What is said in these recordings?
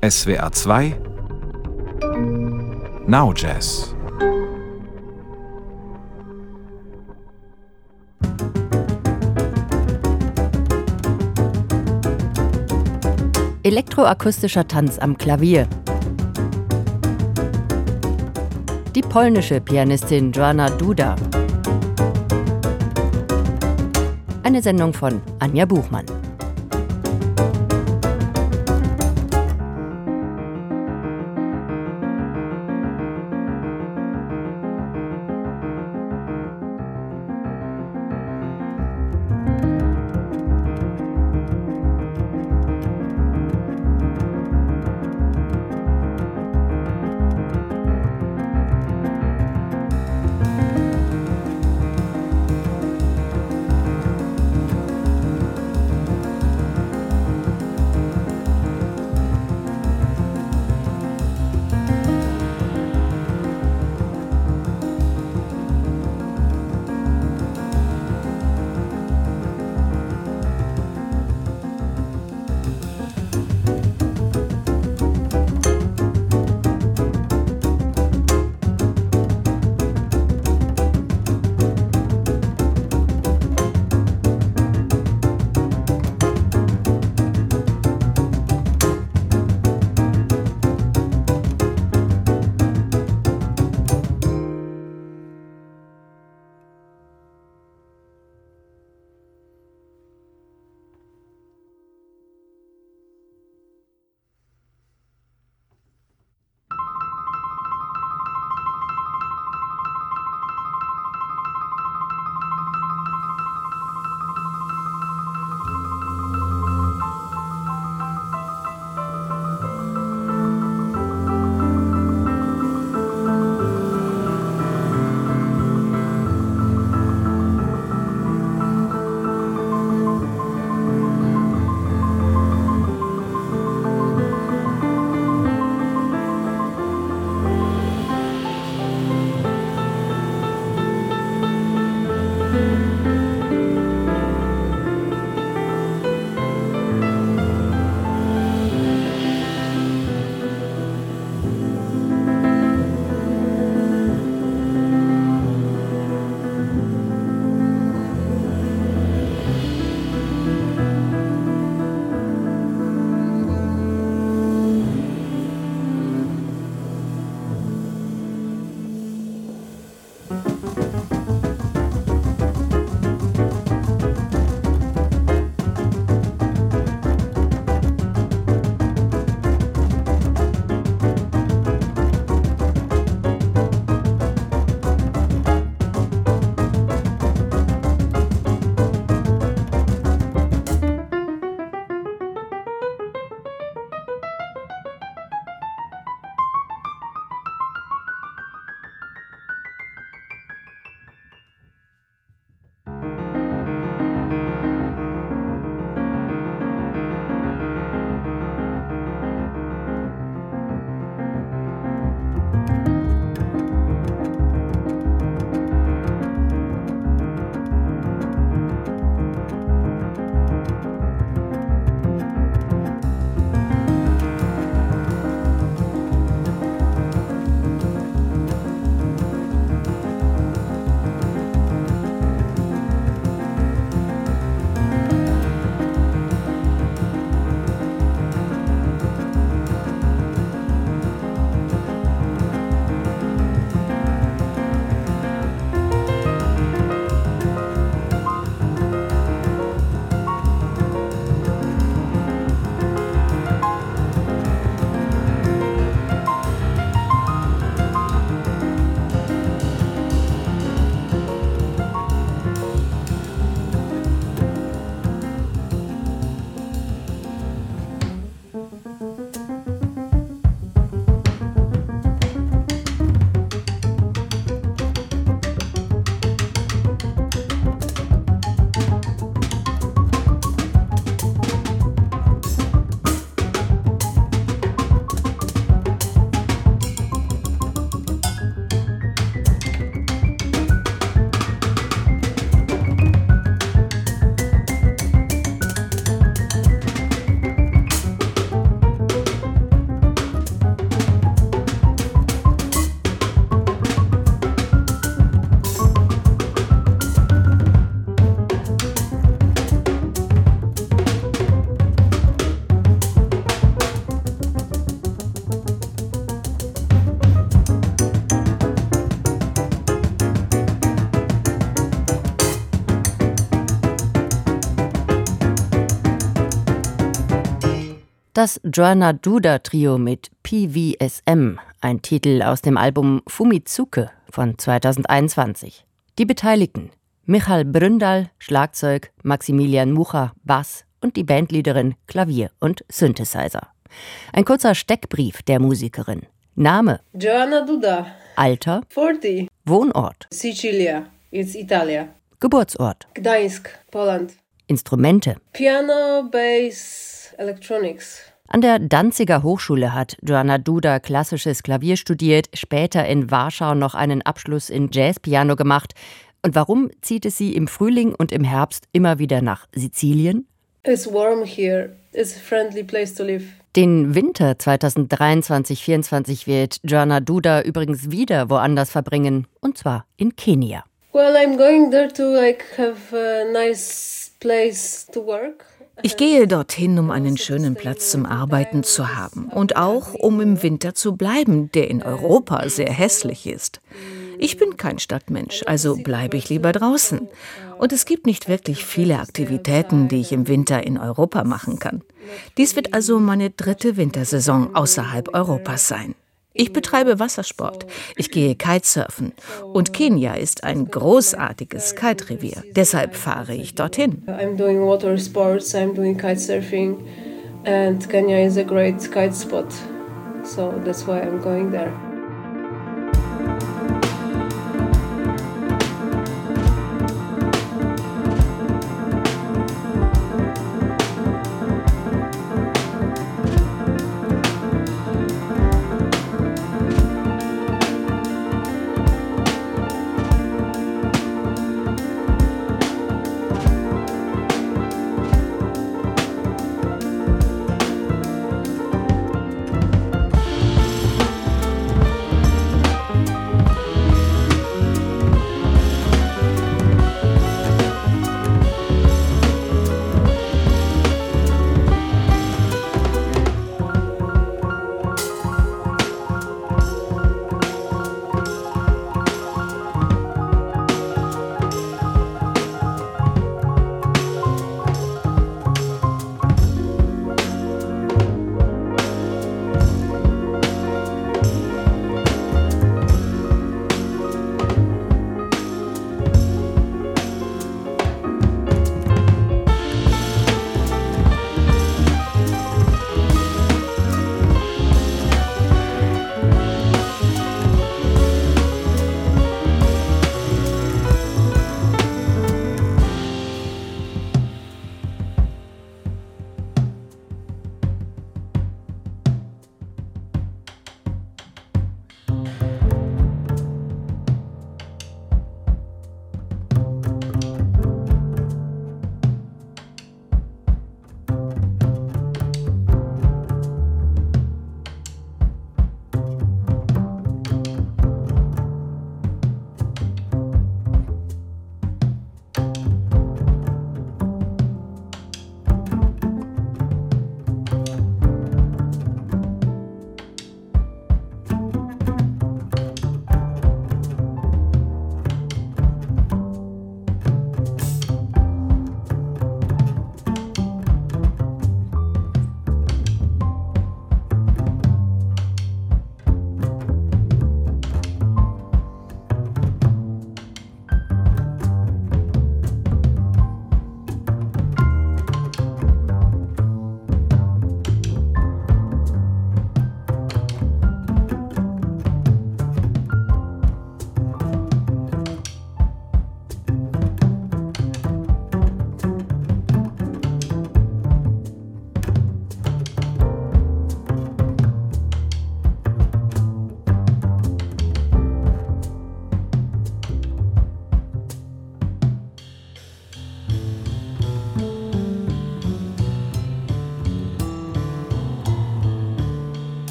SWR 2 Now Jazz. Elektroakustischer Tanz am Klavier. Die polnische Pianistin Joanna Duda. Eine Sendung von Anja Buchmann. Das Joanna Duda Trio mit PVSM, ein Titel aus dem Album Fumitsuke von 2021. Die Beteiligten: Michal Bründal, Schlagzeug, Maximilian Mucha, Bass und die Bandleaderin, Klavier und Synthesizer. Ein kurzer Steckbrief der Musikerin. Name: Joanna Duda. Alter: 40. Wohnort: Sicilia, it's Italia. Geburtsort: Gdańsk, Poland. Instrumente: Piano, Bass, Electronics. An der Danziger Hochschule hat Joanna Duda klassisches Klavier studiert, später in Warschau noch einen Abschluss in Jazzpiano gemacht. Und warum zieht es sie im Frühling und im Herbst immer wieder nach Sizilien? It's warm here. It's a friendly place to live. Den Winter 2023-24 wird Joanna Duda übrigens wieder woanders verbringen, und zwar in Kenia. Well, I'm going there to have a nice place to work. Ich gehe dorthin, um einen schönen Platz zum Arbeiten zu haben und auch, um im Winter zu bleiben, der in Europa sehr hässlich ist. Ich bin kein Stadtmensch, also bleibe ich lieber draußen. Und es gibt nicht wirklich viele Aktivitäten, die ich im Winter in Europa machen kann. Dies wird also meine 3. Wintersaison außerhalb Europas sein. Ich betreibe Wassersport, ich gehe Kitesurfen und Kenia ist ein großartiges Kite-Revier. Deshalb fahre ich dorthin. I'm doing water sports, I'm doing kitesurfing and Kenya is a great kite spot. So that's why I'm going there.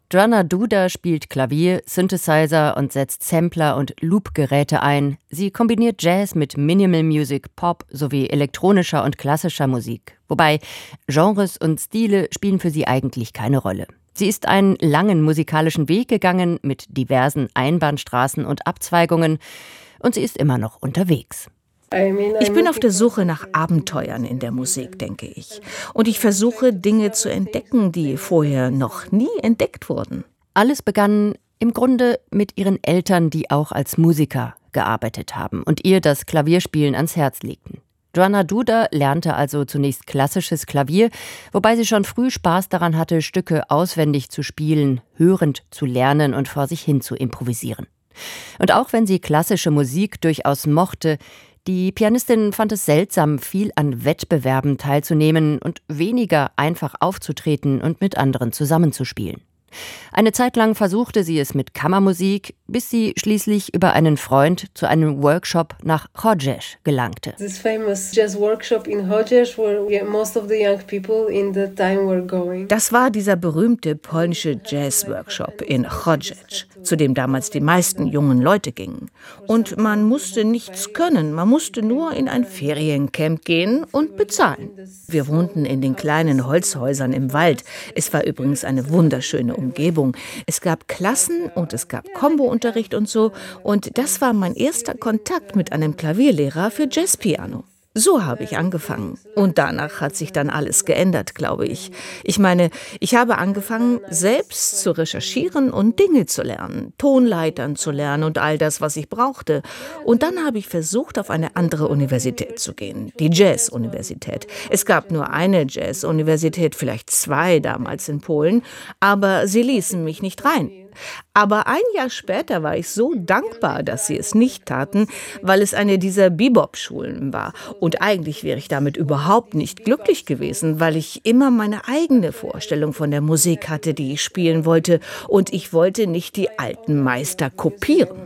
Joanna Duda spielt Klavier, Synthesizer und setzt Sampler und Loop-Geräte ein. Sie kombiniert Jazz mit Minimal Music, Pop sowie elektronischer und klassischer Musik. Wobei Genres und Stile spielen für sie eigentlich keine Rolle. Sie ist einen langen musikalischen Weg gegangen mit diversen Einbahnstraßen und Abzweigungen und sie ist immer noch unterwegs. Ich bin auf der Suche nach Abenteuern in der Musik, denke ich. Und ich versuche, Dinge zu entdecken, die vorher noch nie entdeckt wurden. Alles begann im Grunde mit ihren Eltern, die auch als Musiker gearbeitet haben und ihr das Klavierspielen ans Herz legten. Joanna Duda lernte also zunächst klassisches Klavier, wobei sie schon früh Spaß daran hatte, Stücke auswendig zu spielen, hörend zu lernen und vor sich hin zu improvisieren. Und auch wenn sie klassische Musik durchaus mochte, die Pianistin fand es seltsam, viel an Wettbewerben teilzunehmen und weniger einfach aufzutreten und mit anderen zusammenzuspielen. Eine Zeit lang versuchte sie es mit Kammermusik, bis sie schließlich über einen Freund zu einem Workshop nach Chodzież gelangte. This famous jazz workshop in Chodzież, where most of the young people in the time were going. Das war dieser berühmte polnische Jazz-Workshop in Chodzież, zu dem damals die meisten jungen Leute gingen. Und man musste nichts können, man musste nur in ein Feriencamp gehen und bezahlen. Wir wohnten in den kleinen Holzhäusern im Wald. Es war übrigens eine wunderschöne Umgebung. Es gab Klassen und es gab Kombounterricht und so. Und das war mein erster Kontakt mit einem Klavierlehrer für Jazzpiano. So habe ich angefangen. Und danach hat sich dann alles geändert, glaube ich. Ich meine, ich habe angefangen, selbst zu recherchieren und Dinge zu lernen, Tonleitern zu lernen und all das, was ich brauchte. Und dann habe ich versucht, auf eine andere Universität zu gehen, die Jazz-Universität. Es gab nur eine Jazz-Universität, vielleicht 2 damals in Polen, aber sie ließen mich nicht rein. Aber ein Jahr später war ich so dankbar, dass sie es nicht taten, weil es eine dieser Bebop-Schulen war. Und eigentlich wäre ich damit überhaupt nicht glücklich gewesen, weil ich immer meine eigene Vorstellung von der Musik hatte, die ich spielen wollte. Und ich wollte nicht die alten Meister kopieren.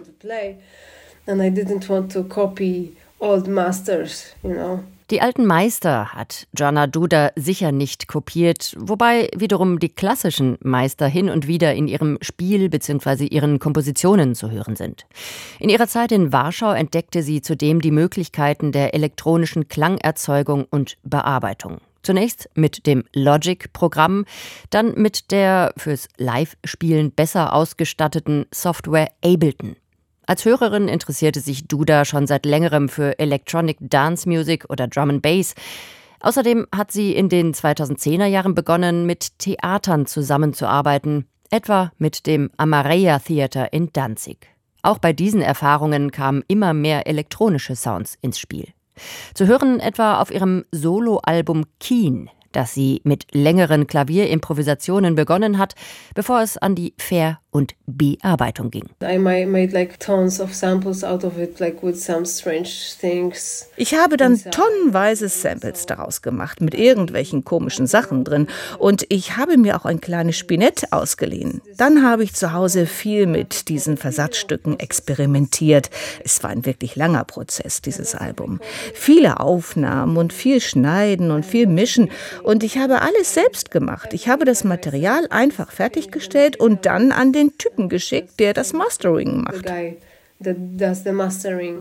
And I didn't want to copy old masters, you know. Die alten Meister hat Joanna Duda sicher nicht kopiert, wobei wiederum die klassischen Meister hin und wieder in ihrem Spiel bzw. ihren Kompositionen zu hören sind. In ihrer Zeit in Warschau entdeckte sie zudem die Möglichkeiten der elektronischen Klangerzeugung und Bearbeitung. Zunächst mit dem Logic-Programm, dann mit der fürs Live-Spielen besser ausgestatteten Software Ableton. Als Hörerin interessierte sich Duda schon seit längerem für Electronic Dance Music oder Drum and Bass. Außerdem hat sie in den 2010er Jahren begonnen, mit Theatern zusammenzuarbeiten, etwa mit dem Amareia Theater in Danzig. Auch bei diesen Erfahrungen kamen immer mehr elektronische Sounds ins Spiel. Zu hören etwa auf ihrem Soloalbum Keen, das sie mit längeren Klavierimprovisationen begonnen hat, bevor es an die Ver- und Bearbeitung ging. I made like tons of samples out of it, like with some strange things. Ich habe dann tonnenweise Samples daraus gemacht, mit irgendwelchen komischen Sachen drin. Und ich habe mir auch ein kleines Spinett ausgeliehen. Dann habe ich zu Hause viel mit diesen Versatzstücken experimentiert. Es war ein wirklich langer Prozess, dieses Album. Viele Aufnahmen und viel Schneiden und viel Mischen. Und ich habe alles selbst gemacht. Ich habe das Material einfach fertiggestellt und dann an den Typen geschickt, der das Mastering macht. The guy that does the mastering.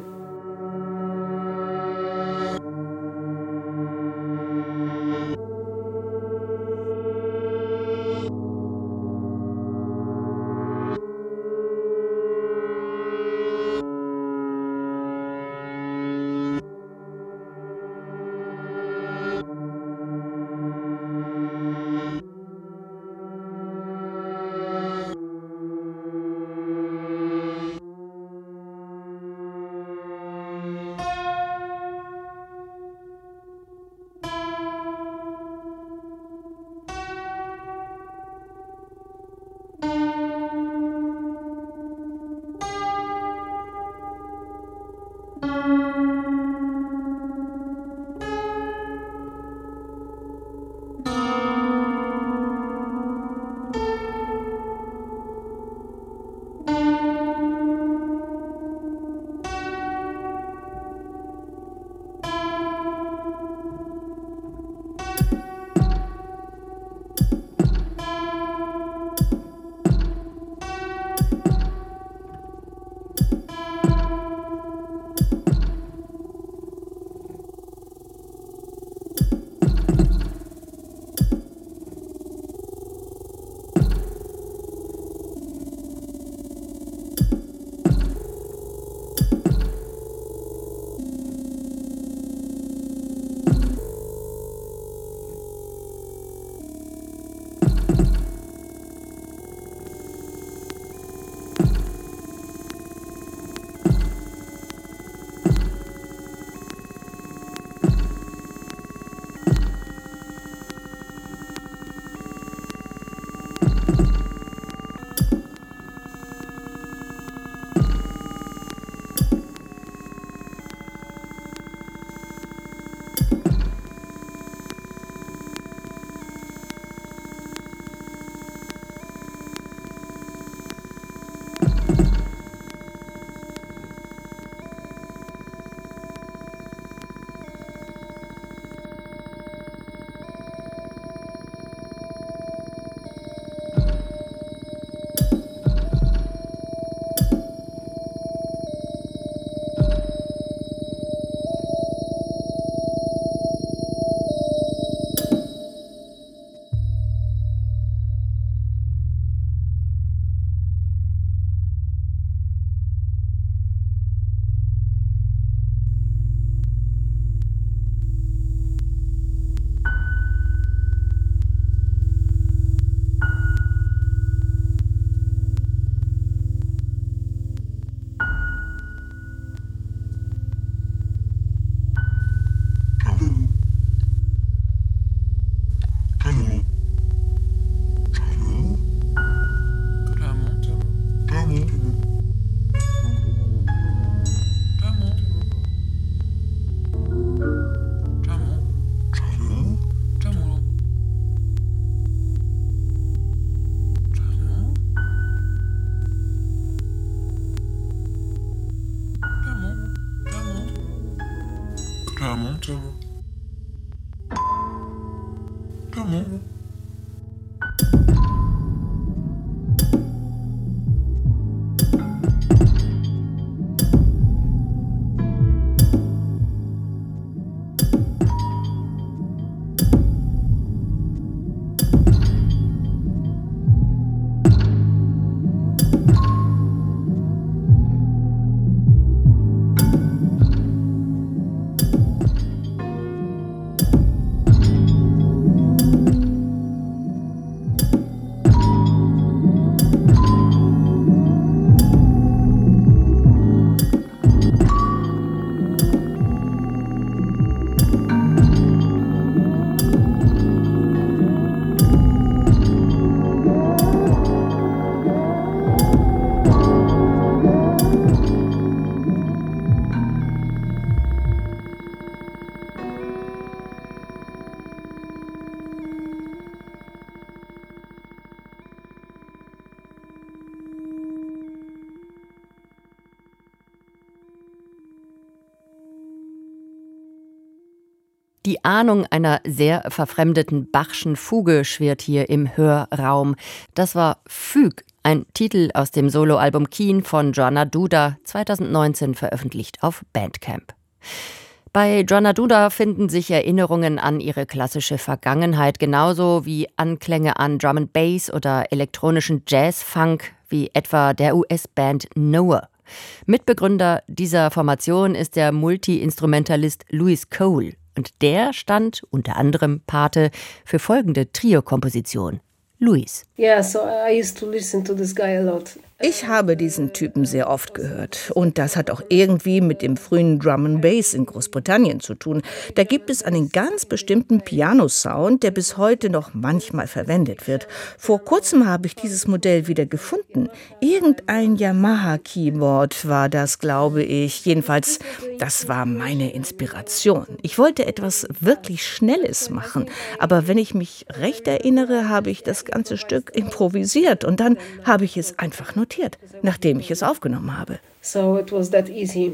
Come on. Come on. Die Ahnung einer sehr verfremdeten Bachschen Fuge schwirrt hier im Hörraum. Das war Fugue, ein Titel aus dem Soloalbum Keen von Joanna Duda, 2019 veröffentlicht auf Bandcamp. Bei Joanna Duda finden sich Erinnerungen an ihre klassische Vergangenheit, genauso wie Anklänge an Drum and Bass oder elektronischen Jazz-Funk, wie etwa der US-Band Noah. Mitbegründer dieser Formation ist der Multi-Instrumentalist Louis Cole. Und der stand unter anderem Pate für folgende Trio-Komposition. Louis. Yeah, so I used to listen to this guy a lot. Ich habe diesen Typen sehr oft gehört. Und das hat auch irgendwie mit dem frühen Drum and Bass in Großbritannien zu tun. Da gibt es einen ganz bestimmten Piano-Sound, der bis heute noch manchmal verwendet wird. Vor kurzem habe ich dieses Modell wieder gefunden. Irgendein Yamaha-Keyboard war das, glaube ich. Jedenfalls, das war meine Inspiration. Ich wollte etwas wirklich Schnelles machen. Aber wenn ich mich recht erinnere, habe ich das ganze Stück improvisiert. Und dann habe ich es einfach notiert, nachdem ich es aufgenommen habe. So it was that easy.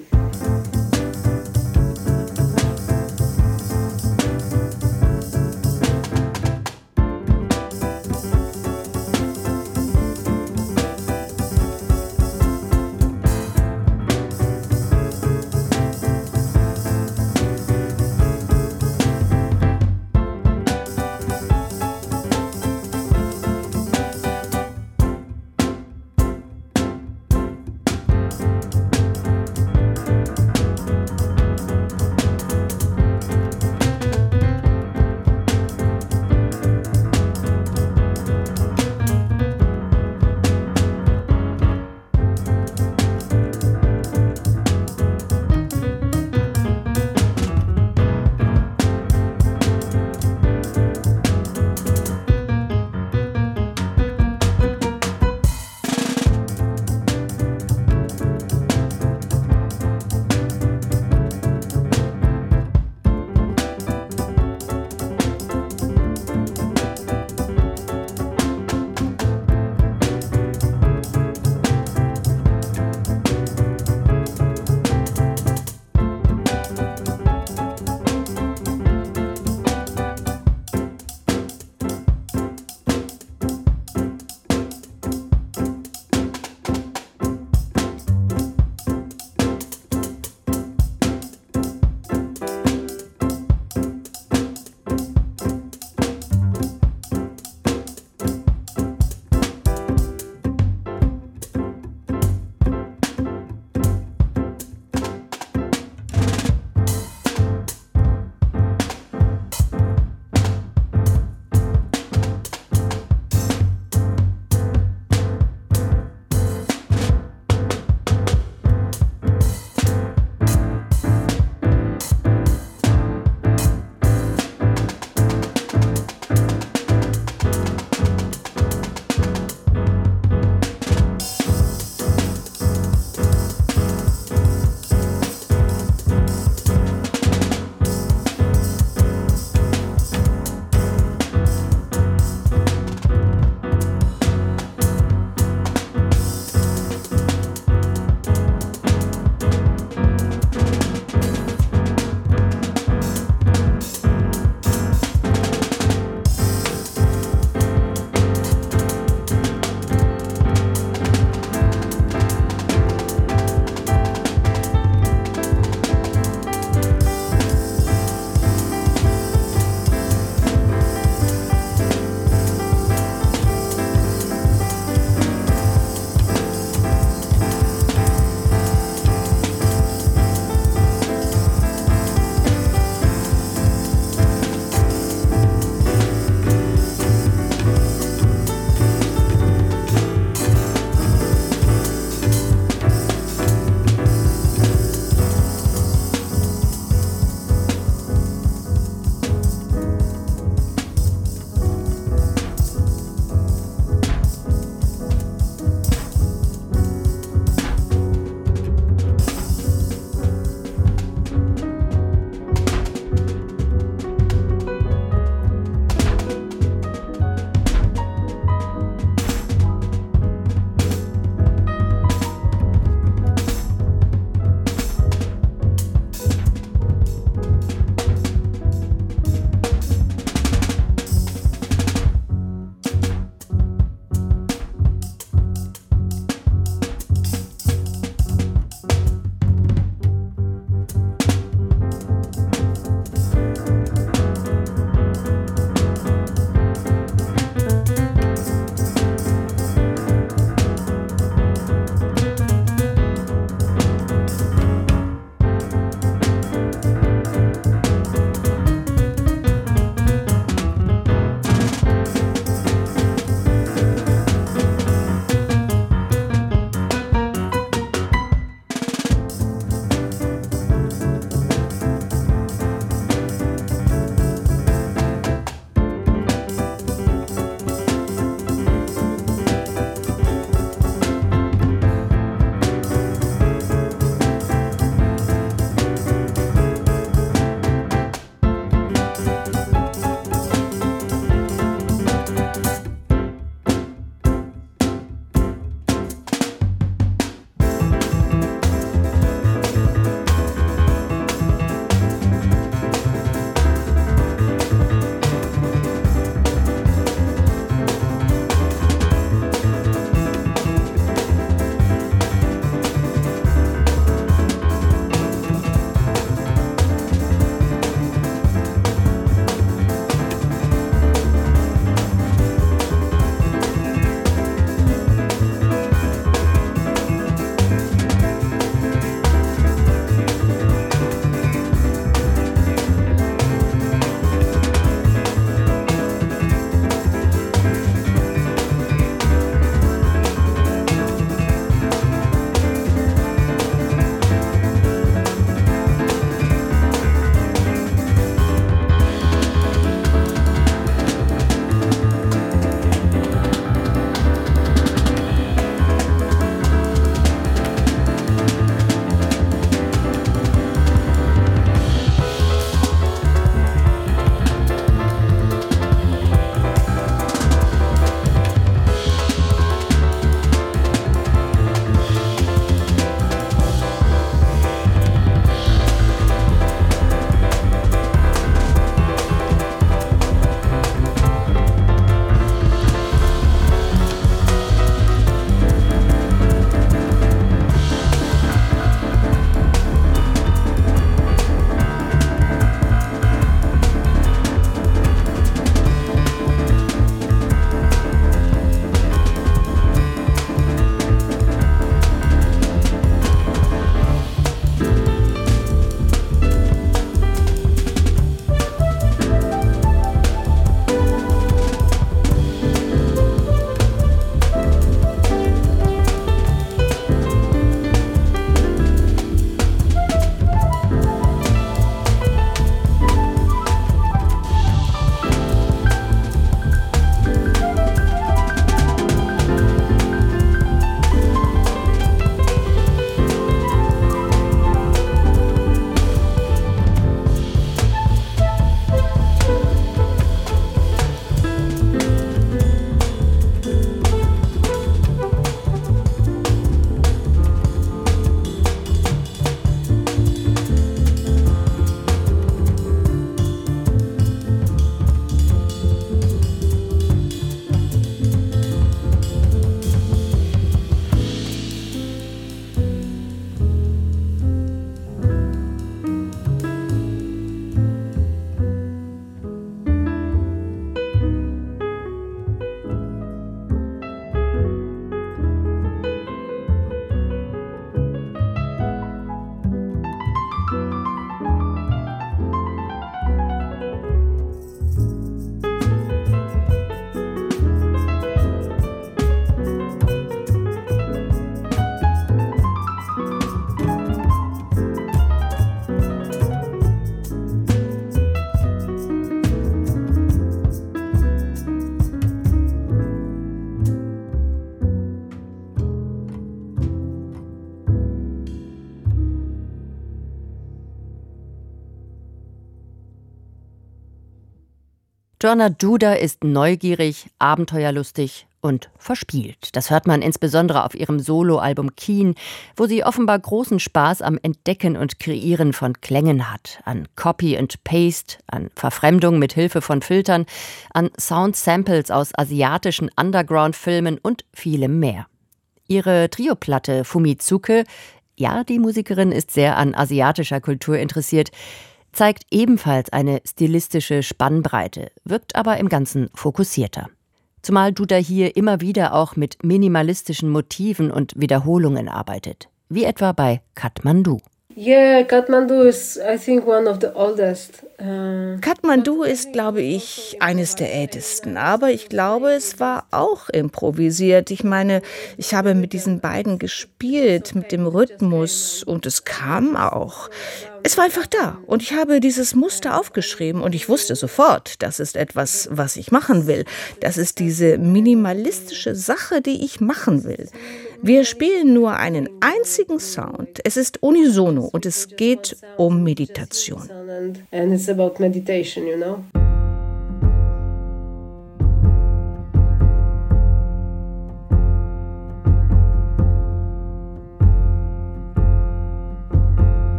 Joanna Duda ist neugierig, abenteuerlustig und verspielt. Das hört man insbesondere auf ihrem Soloalbum Keen, wo sie offenbar großen Spaß am Entdecken und Kreieren von Klängen hat. An Copy and Paste, an Verfremdung mit Hilfe von Filtern, an Sound-Samples aus asiatischen Underground-Filmen und vielem mehr. Ihre Trioplatte Fumitsuke, ja, die Musikerin ist sehr an asiatischer Kultur interessiert, zeigt ebenfalls eine stilistische Spannbreite, wirkt aber im Ganzen fokussierter. Zumal Duda hier immer wieder auch mit minimalistischen Motiven und Wiederholungen arbeitet, wie etwa bei Kathmandu. Yeah, Kathmandu is, I think, one of the oldest. Kathmandu ist, glaube ich, eines der ältesten. Aber ich glaube, es war auch improvisiert. Ich meine, ich habe mit diesen beiden gespielt, mit dem Rhythmus, und es kam auch. Es war einfach da und ich habe dieses Muster aufgeschrieben und ich wusste sofort, das ist etwas, was ich machen will. Das ist diese minimalistische Sache, die ich machen will. Wir spielen nur einen einzigen Sound. Es ist unisono und es geht um Meditation. And it's about meditation, you know.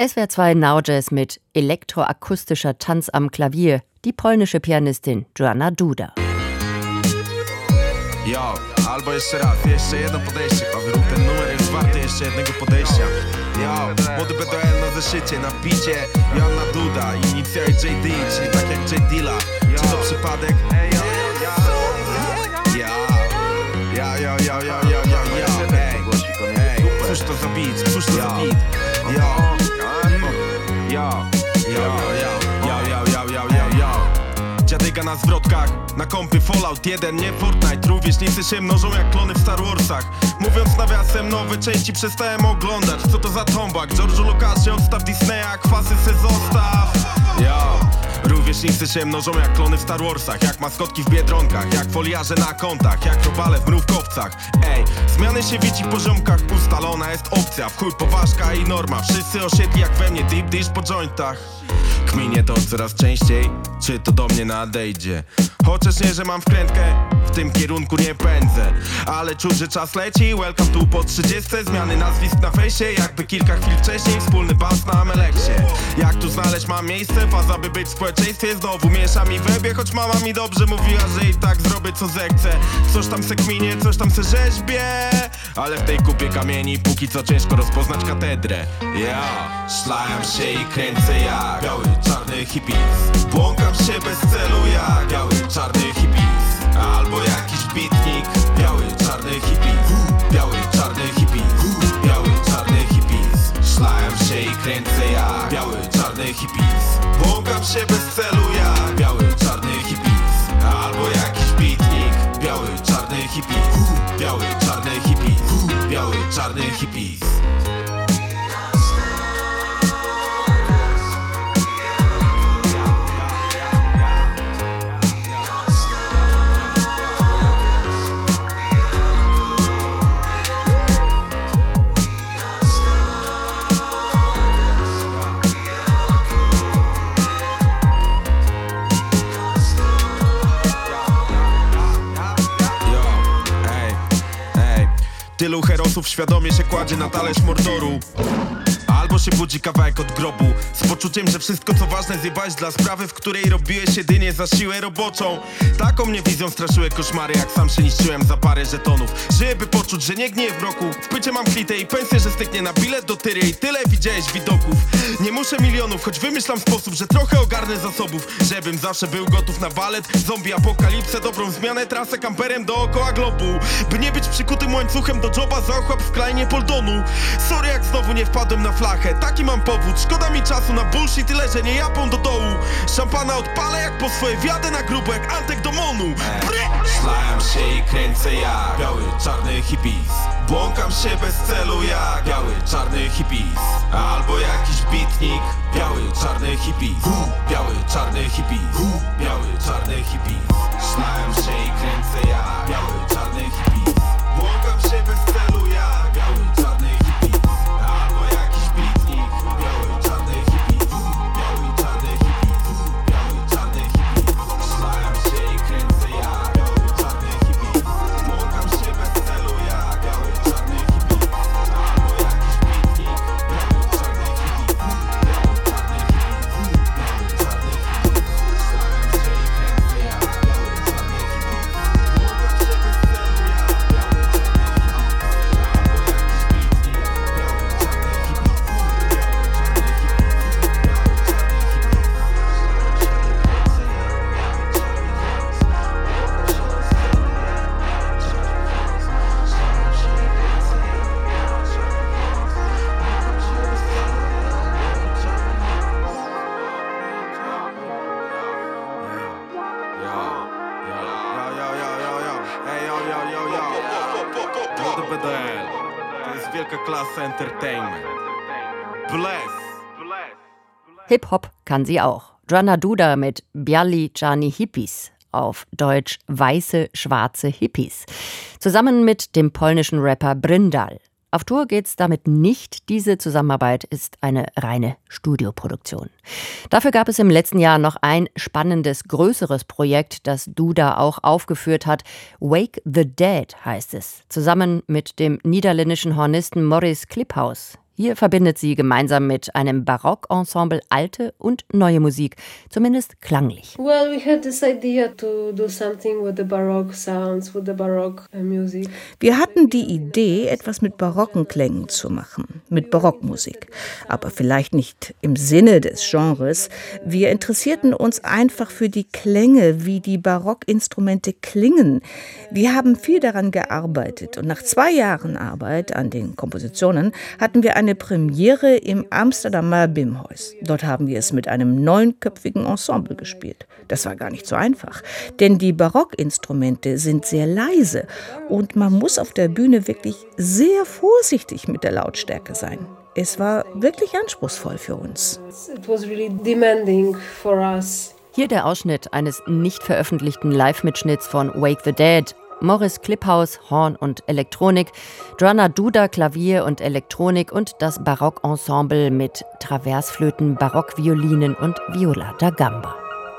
SWR 2 Now Jazz mit elektroakustischer Tanz am Klavier, die polnische Pianistin Joanna Duda. Jo, albo jeszcze raz, jeszcze jedno podejście. Wyrób ten numer jest warty jeszcze jednego podejścia. Jo, młody BDL na zeszycie, na bicie Joanna Duda, inicjały JD, czyli tak jak J Dilla. Czy to przypadek? Cóż to za beat, cóż to za beat? Dziadyga na zwrotkach, na kompie Fallout 1, nie Fortnite. Rówieśnicy się mnożą jak klony w Star Warsach. Mówiąc nawiasem, nowe części przestałem oglądać. Co to za tombak? George'u Lucasie, odstaw Disneya, kwasy se zostaw. Rówieśnicy się mnożą jak klony w Star Warsach, jak maskotki w Biedronkach, jak foliarze na kontach, jak robale w mrówkowcach. Ej, zmiany się widzi po ziomkach, ustalona jest opcja, w chuj poważka i norma. Wszyscy osiedli jak we mnie, deep dish po jointach. Kminie to coraz częściej, czy to do mnie nadejdzie. Chociaż nie, że mam wkrętkę, w tym kierunku nie pędzę. Ale czuć, że czas leci, welcome tu po 30. Zmiany nazwisk na fejsie, jakby kilka chwil wcześniej wspólny bas na Ameleksie. Jak tu znaleźć mam miejsce, faza by być w społeczeństwie. Znowu miesza mi webie, choć mama mi dobrze mówiła, że i tak zrobię co zechcę. Coś tam se kminie, coś tam se rzeźbię, ale w tej kupie kamieni póki co ciężko rozpoznać katedrę. Szlajam się i kręcę jak biały, czarny hippies. Błąkam się bez celu jak biały, czarny hippies. Albo jakiś bitnik, biały, czarny hippies. Biały, czarny hippies. Biały, czarny hippies. Szlajam się i kręcę jak biały, czarny hippies. Błąkam się bez celu jak biały, czarny hippies. Albo jakiś bitnik, biały, czarny hippies. Biały, czarny hippies. Biały, czarny hippies. Tylu herosów świadomie się kładzie na talerz mordoru. Albo się budzi kawałek od grobu z poczuciem, że wszystko co ważne zjebałeś dla sprawy, w której robiłeś jedynie za siłę roboczą. Taką mnie wizją straszyły koszmary, jak sam się niszczyłem za parę żetonów. Żyję by poczuć, że nie gnieję w roku. W pycie mam klitę i pensję, że styknie na bilet do tyry. I tyle widziałeś widoków. Nie muszę milionów, choć wymyślam sposób, że trochę ogarnę zasobów. Żebym zawsze był gotów na balet, zombie apokalipsę, dobrą zmianę, trasę kamperem dookoła globu. By nie być przykutym łańcuchem do joba za ochłap w krainie Poldonu. Sorry jak znowu nie wpadłem na flachę, taki mam powód. Szkoda mi czasu na bullshit, tyle że nie japą do dołu. Szampana odpalę jak po swoje, wjadę na grubo jak Antek do Monu. Szlajam się i kręcę jak biały, czarny hippies. Błąkam się bez celu jak biały, czarny hippies. Albo jakiś bitnik, biały, czarny hippies. Biały, czarny hippies. Biały, czarny hippies. Szlajam się i kręcę jak biały, czarny hippies. Błąkam się bez celu jak biały, czarny hippies. Albo jakiś bitnik, biały, czarny hippies. Biały, czarny hippies. Biały, czarny hippies. Szlajam się i kręcę jak biały, czarny hippies. Błąkam się bez celu jak biały, czarny hippies. Albo jakiś bitnik, biały, czarny hippies. Biały, czarny hippies. Biały, czarny hippies. Szlajam się i kręcę jak biały, czarny hippies. Błąkam się bez celu jak biały, czarny hippies. To jest wielka klasa entertainment. Bless. Hip-Hop kann sie auch. Joanna Duda mit Biali Czarni Hippies, auf Deutsch weiße, schwarze Hippies, zusammen mit dem polnischen Rapper Bryndal. Auf Tour geht's damit nicht. Diese Zusammenarbeit ist eine reine Studioproduktion. Dafür gab es im letzten Jahr noch ein spannendes, größeres Projekt, das Duda auch aufgeführt hat. Wake the Dead heißt es, zusammen mit dem niederländischen Hornisten Maurice Kliphaus. Hier verbindet sie gemeinsam mit einem Barockensemble alte und neue Musik, zumindest klanglich. Well, we had this idea to do something with the Baroque sounds, with the Baroque music. Wir hatten die Idee, etwas mit barocken Klängen zu machen, mit Barockmusik. Aber vielleicht nicht im Sinne des Genres. Wir interessierten uns einfach für die Klänge, wie die Barockinstrumente klingen. Wir haben viel daran gearbeitet und nach 2 Jahren Arbeit an den Kompositionen hatten wir eine Premiere im Amsterdamer Bimhuis. Dort haben wir es mit einem 9-köpfigen Ensemble gespielt. Das war gar nicht so einfach, denn die Barockinstrumente sind sehr leise und man muss auf der Bühne wirklich sehr vorsichtig mit der Lautstärke sein. Es war wirklich anspruchsvoll für uns. It was really demanding for us. Hier der Ausschnitt eines nicht veröffentlichten Live-Mitschnitts von Wake the Dead. Morris Klipphaus, Horn und Elektronik, Joanna Duda, Klavier und Elektronik und das Barockensemble mit Traversflöten, Barockviolinen und Viola da Gamba.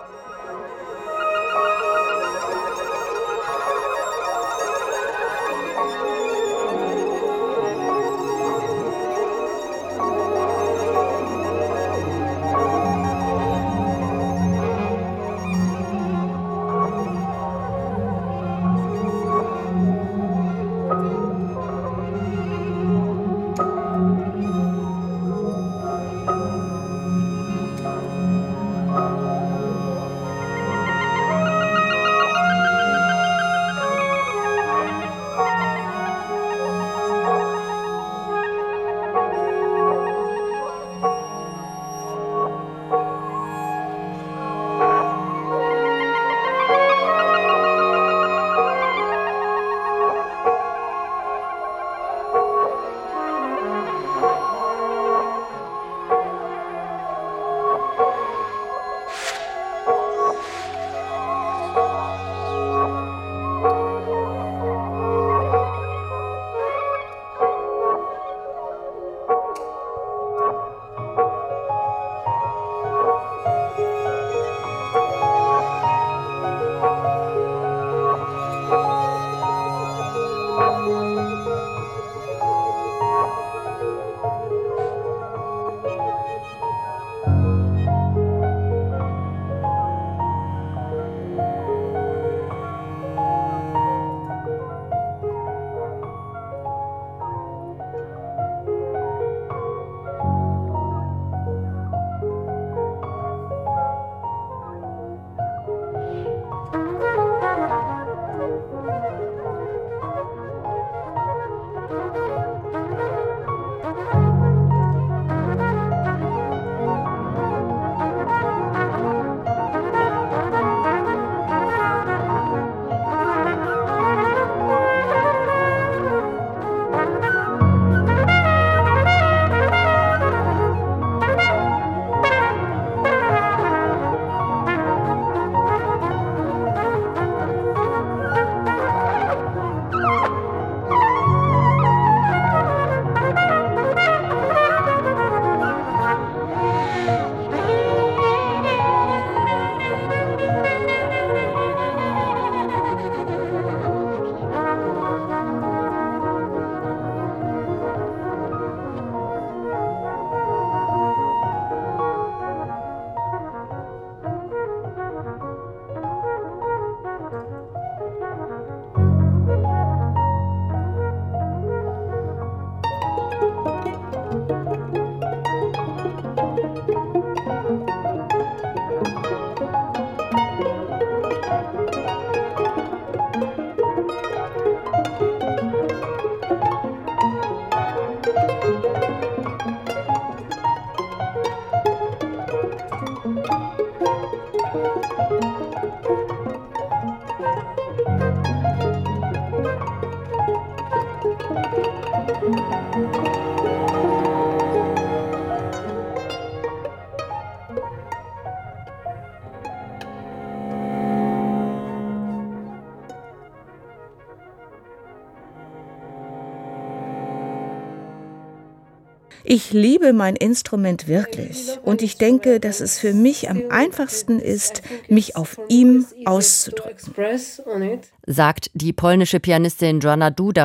Ich liebe mein Instrument wirklich und ich denke, dass es für mich am einfachsten ist, mich auf ihm auszudrücken. Sagt die polnische Pianistin Joanna Duda.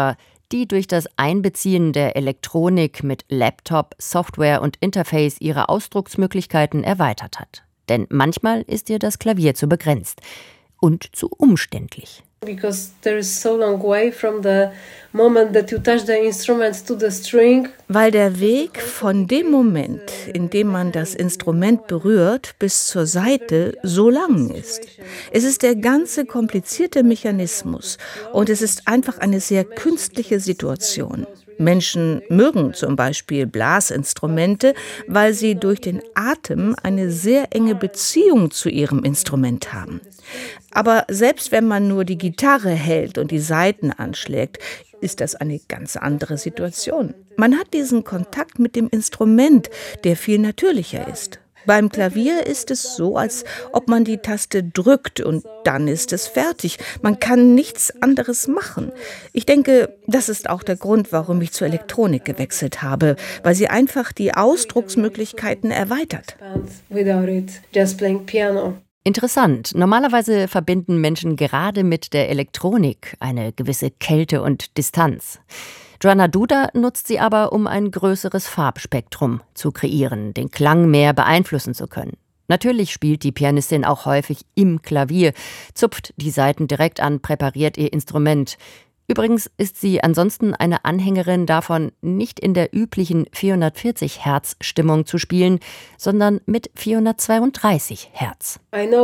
die durch das Einbeziehen der Elektronik mit Laptop, Software und Interface ihre Ausdrucksmöglichkeiten erweitert hat. Denn manchmal ist ihr das Klavier zu begrenzt und zu umständlich. Because there is so long way from the moment that you touch the instrument to the string. Weil der Weg von dem Moment, in dem man das Instrument berührt, bis zur Saite so lang ist. Es ist der ganze komplizierte Mechanismus und es ist einfach eine sehr künstliche Situation. Menschen mögen zum Beispiel Blasinstrumente, weil sie durch den Atem eine sehr enge Beziehung zu ihrem Instrument haben. Aber selbst wenn man nur die Gitarre hält und die Saiten anschlägt, ist das eine ganz andere Situation. Man hat diesen Kontakt mit dem Instrument, der viel natürlicher ist. Beim Klavier ist es so, als ob man die Taste drückt und dann ist es fertig. Man kann nichts anderes machen. Ich denke, das ist auch der Grund, warum ich zur Elektronik gewechselt habe, weil sie einfach die Ausdrucksmöglichkeiten erweitert. Without it, just playing piano. Interessant. Normalerweise verbinden Menschen gerade mit der Elektronik eine gewisse Kälte und Distanz. Joanna Duda nutzt sie aber, um ein größeres Farbspektrum zu kreieren, den Klang mehr beeinflussen zu können. Natürlich spielt die Pianistin auch häufig im Klavier, zupft die Saiten direkt an, präpariert ihr Instrument. Übrigens ist sie ansonsten eine Anhängerin davon, nicht in der üblichen 440 Hertz Stimmung zu spielen, sondern mit 432 Hertz.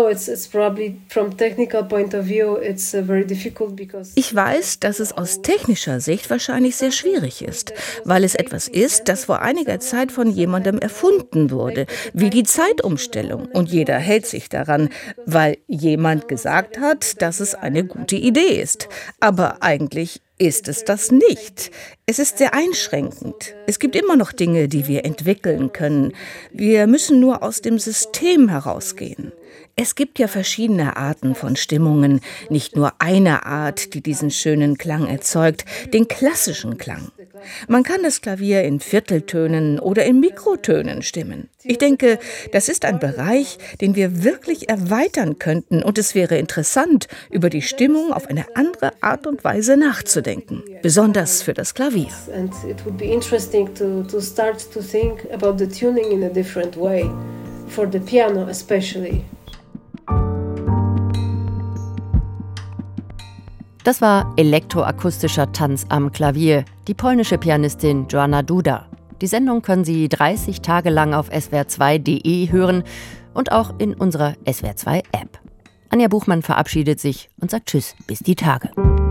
Ich weiß, dass es aus technischer Sicht wahrscheinlich sehr schwierig ist, weil es etwas ist, das vor einiger Zeit von jemandem erfunden wurde, wie die Zeitumstellung. Und jeder hält sich daran, weil jemand gesagt hat, dass es eine gute Idee ist. Aber eigentlich ist es das nicht. Es ist sehr einschränkend. Es gibt immer noch Dinge, die wir entwickeln können. Wir müssen nur aus dem System herausgehen. Es gibt ja verschiedene Arten von Stimmungen, nicht nur eine Art, die diesen schönen Klang erzeugt, den klassischen Klang. Man kann das Klavier in Vierteltönen oder in Mikrotönen stimmen. Ich denke, das ist ein Bereich, den wir wirklich erweitern könnten und es wäre interessant, über die Stimmung auf eine andere Art und Weise nachzudenken, besonders für das Klavier. And it would be interesting to start to think about the tuning in a different way, for the piano especially. Das war elektroakustischer Tanz am Klavier, die polnische Pianistin Joanna Duda. Die Sendung können Sie 30 Tage lang auf swr2.de hören und auch in unserer SWR2-App. Anja Buchmann verabschiedet sich und sagt Tschüss, bis die Tage.